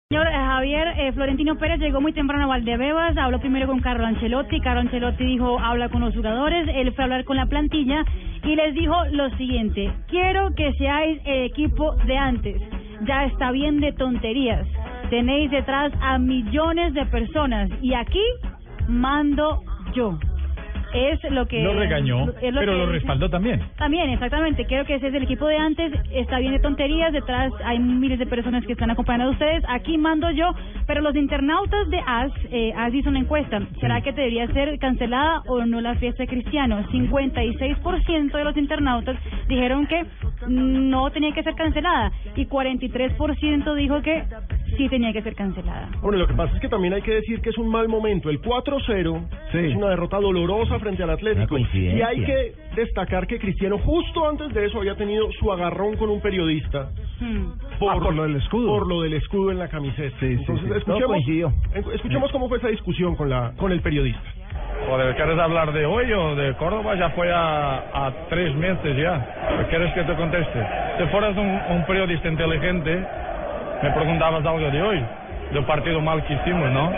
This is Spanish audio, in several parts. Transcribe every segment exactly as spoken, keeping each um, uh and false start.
Señor Javier, eh, Florentino Pérez llegó muy temprano a Valdebebas, habló primero con Carlo Ancelotti, Carlo Ancelotti dijo, habla con los jugadores, él fue a hablar con la plantilla y les dijo lo siguiente: quiero que seáis el equipo de antes, ya está bien de tonterías, tenéis detrás a millones de personas y aquí mando yo. Es lo que... Lo regañó, es lo pero que lo dice. respaldó también. También, exactamente. Quiero que ese es el equipo de antes. Está bien de tonterías. Detrás hay miles de personas que están acompañando a ustedes. Aquí mando yo. Pero los internautas de A S, eh, A S hizo una encuesta. ¿Será que debería ser cancelada o no la fiesta de Cristiano? cincuenta y seis por ciento de los internautas dijeron que no tenía que ser cancelada. Y cuarenta y tres por ciento dijo que sí tenía que ser cancelada. Bueno, lo que pasa es que también hay que decir que es un mal momento. El cuatro cero sí. es una derrota dolorosa frente al Atlético. Y hay que destacar que Cristiano justo antes de eso había tenido su agarrón con un periodista Hmm. por, ah, por lo del escudo. Por lo del escudo en la camiseta. Sí, Entonces, sí, sí. escuchemos, escuchemos cómo fue esa discusión con la con el periodista. Joder, ¿quieres hablar de hoy o de Córdoba? Ya fue a, a tres meses ya. ¿Quieres que te conteste? Si fueras un, un periodista inteligente, me preguntabas algo de hoy, del partido mal que hicimos, ¿no?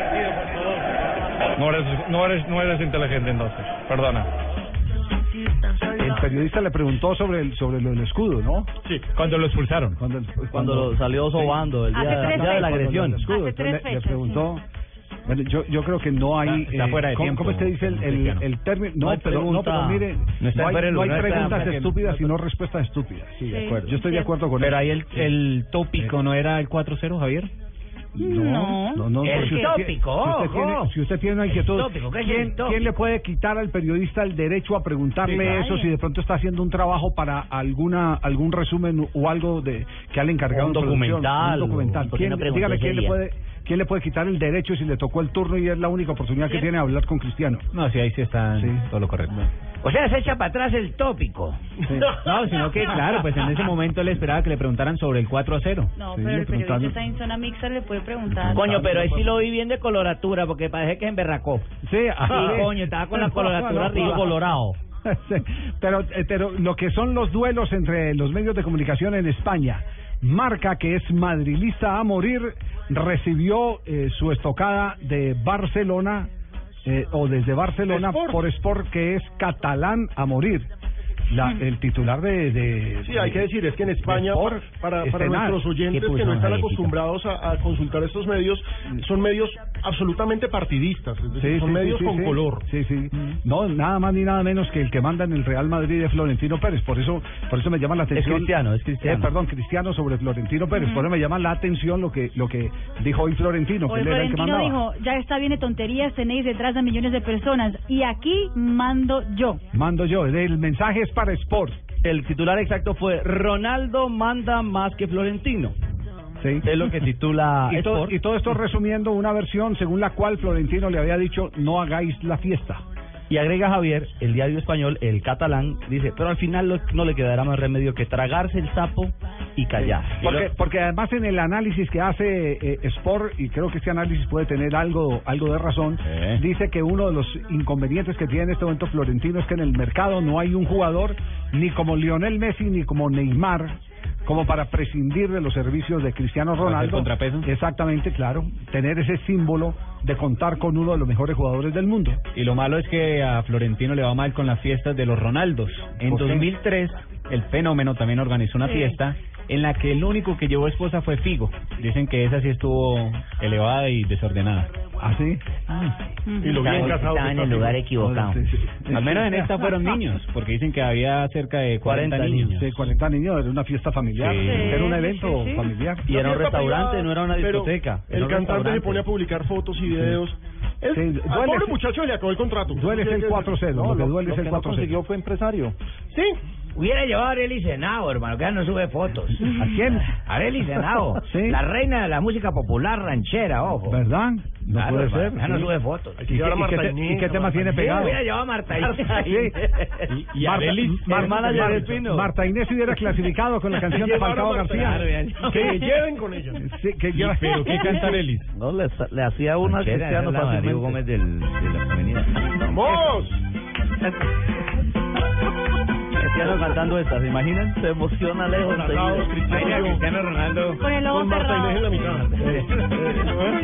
No eres, no eres, no eres inteligente entonces, perdona. El periodista le preguntó sobre el sobre lo del escudo, ¿no? Sí, cuando lo expulsaron. Cuando, cuando, cuando salió sobando el día, Hace el día de la agresión. Hace Entonces tres le, fechas, le preguntó. sí. Bueno, yo yo creo que no hay. Está, está eh, fuera de ¿cómo, tiempo, ¿Cómo usted dice el, el, el término? No, No hay pero, no, pero pregunta, mire, no está no hay, en no hay no está- preguntas no está- estúpidas, sino respuestas estúpidas. Sí, de acuerdo. Yo estoy de acuerdo con Pero él. ahí el, el tópico no era el cuatro cero, Javier. No. no, no, El porque usted tópico, tiene- si usted, ojo. tiene, si usted tiene una inquietud, tópico, ¿qué es el ¿quién, tópico? ¿quién le puede quitar al periodista el derecho a preguntarle Sí, eso nadie. si de pronto está haciendo un trabajo para alguna algún resumen o algo de que le encargado Un en producción, documental, un documental? ¿por qué ¿Quién, no preguntó dígame ese quién le día? puede quién le puede quitar el derecho si le tocó el turno y es la única oportunidad que tiene de hablar con Cristiano. No, sí, ahí sí está Sí. todo lo correcto. O sea, se echa para atrás el tópico. Sí. No, sino que, claro, pues en ese momento le esperaba que le preguntaran sobre el cuatro a cero. No, Sí, pero le el periodista preguntaron. está en zona mixta, le puede preguntar. Coño, pero ahí sí lo vi bien de coloratura, porque parece que se emberracó. Sí, Sí, así es. coño, estaba con la coloratura No, no, arriba. no. Colorado. Sí, pero, eh, pero lo que son los duelos entre los medios de comunicación en España, Marca, que es madrilista a morir, recibió eh, su estocada de Barcelona, eh, o desde Barcelona, Sport. por Sport, que es catalán a morir. La, el titular de, de... Sí, hay que decir, es que en España, Sport, para, para, para Escenar. nuestros oyentes ¿Qué que puso no están Javiercito? acostumbrados a, a consultar estos medios, son medios absolutamente partidistas, es decir, Sí, son sí, medios sí, con sí. color. Sí, sí. No, nada más ni nada menos que el que manda en el Real Madrid de Florentino Pérez. Por eso por eso me llama la atención. Cristiano, es Cristiano. Eh, perdón, Cristiano sobre Florentino Pérez. Por eso me llama la atención lo que lo que dijo hoy Florentino, que Hoy él era el que Florentino mandaba. dijo, ya está bien de tonterías, tenéis detrás a millones de personas y aquí mando yo. Mando yo. El mensaje es para Sport. El titular exacto fue: Ronaldo manda más que Florentino. Sí. Es lo que titula Y todo, Sport. y todo esto resumiendo una versión según la cual Florentino le había dicho no hagáis la fiesta. Y agrega Javier, el diario español, el catalán, dice, pero al final lo- no le quedará más remedio que tragarse el sapo y callar. Porque, porque además en el análisis que hace eh, Sport, y creo que este análisis puede tener algo algo de razón, Sí. dice que uno de los inconvenientes que tiene en este momento Florentino es que en el mercado no hay un jugador ni como Lionel Messi ni como Neymar como para prescindir de los servicios de Cristiano ¿Para hacer Ronaldo. contrapeso? Exactamente, claro, tener ese símbolo de contar con uno de los mejores jugadores del mundo. Y lo malo es que a Florentino le va mal con las fiestas de los Ronaldos. En ¿Por qué? dos mil tres, el Fenómeno también organizó una Sí. fiesta en la que el único que llevó esposa fue Figo. Dicen que esa sí estuvo elevada y desordenada. ¿Ah, sí? Y lo bien casado. que está Figo. equivocado. Sí, sí. Al menos en esta fueron niños, porque dicen que había cerca de cuarenta, cuarenta niños. niños. Sí, cuarenta niños, era una fiesta familiar, Sí. era un Sí, evento sí, sí. familiar. Y era un Una fiesta restaurante, privada, no era una pero discoteca. El era un cantante se restaurante. pone a publicar fotos y videos. Es, Sí, al duele, pobre sí. muchacho le acabó el contrato. Duele es el cuatro cero, lo que duele es el cuatro cero. fue empresario. Sí, Hubiera llevado a Arely Senao, hermano, que ya no sube fotos. ¿A quién? Arely Senao, Sí. la reina de la música popular ranchera, ojo. ¿Verdad? No Claro, puede hermano, ser. Ya no sí. sube fotos. Hay que ¿Y llevar qué, a y qué Marta te- Inés, y qué a tema Marta tiene Inés. pegado? Hubiera llevado a Marta Inés. Sí. Y Marta, Arelis, Mar- el manager Mar- de Espino. Marta Inés hubiera clasificado con la canción de Llevar a Falcao Marta García. Inés. Que lleven con ella. Sí, que lleva- ¿Pero qué canta Arelis? No, le, le hacía una Ranchera, Cristiano esa es la fácilmente. Mario Gómez del, de la avenida. ¡Vamos! Cristiano cantando esta, ¿se imaginan? Se emociona lejos. Abrazados, enseguida. Cristiano. Cristiano Ronaldo. Con el ojo Con Marta cerrado. Inés en la mitad. Eh,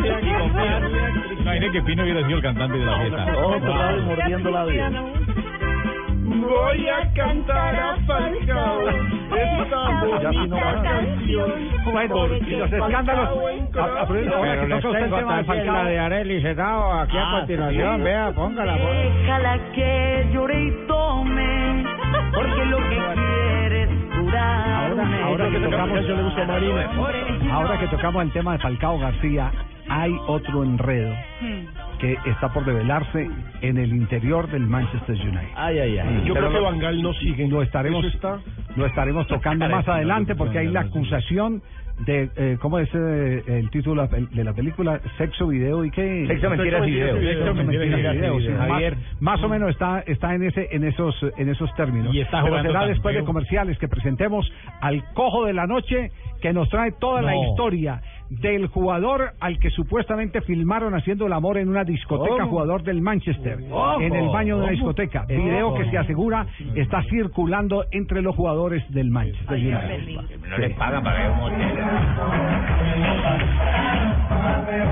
Imagínate que Pino hubiera sido el cantante de la fiesta. Oh, claro, mordiendo la vida. Voy a cantar a Falcao esta bonita canción. Bueno, y los escándalos. A- a- Pero Pero les tengo también la de Arely Sedao aquí a continuación. Vea, póngala. Déjala que llore y tome, porque lo que quiere es curarme. Ahora, ahora que tocamos, Eso le gusta a Marina. ahora que tocamos el tema de Falcao García, hay otro enredo que está por develarse en el interior del Manchester United. Ay, ay, ay. Yo Pero creo que lo- Van Gaal no sigue. Lo estaremos, Eso está. lo estaremos tocando más adelante porque hay la acusación de, eh, ¿cómo es eh, el título de la película? Sexo, video y qué? Sexo, mentiras y video. Sexo, mentiras y video, sí, más- Javier. Más o menos está está en ese en esos en esos términos. Y está Pero jugando será tan después de feo. comerciales que presentemos al cojo de la noche que nos trae toda la No. historia del jugador al que supuestamente filmaron haciendo el amor en una discoteca, ¿Cómo? jugador del Manchester, Ojo, en el baño de una ¿cómo? discoteca. Ojo. Video que se asegura está circulando entre los jugadores del Manchester United. No les pagan para ir a un hotel.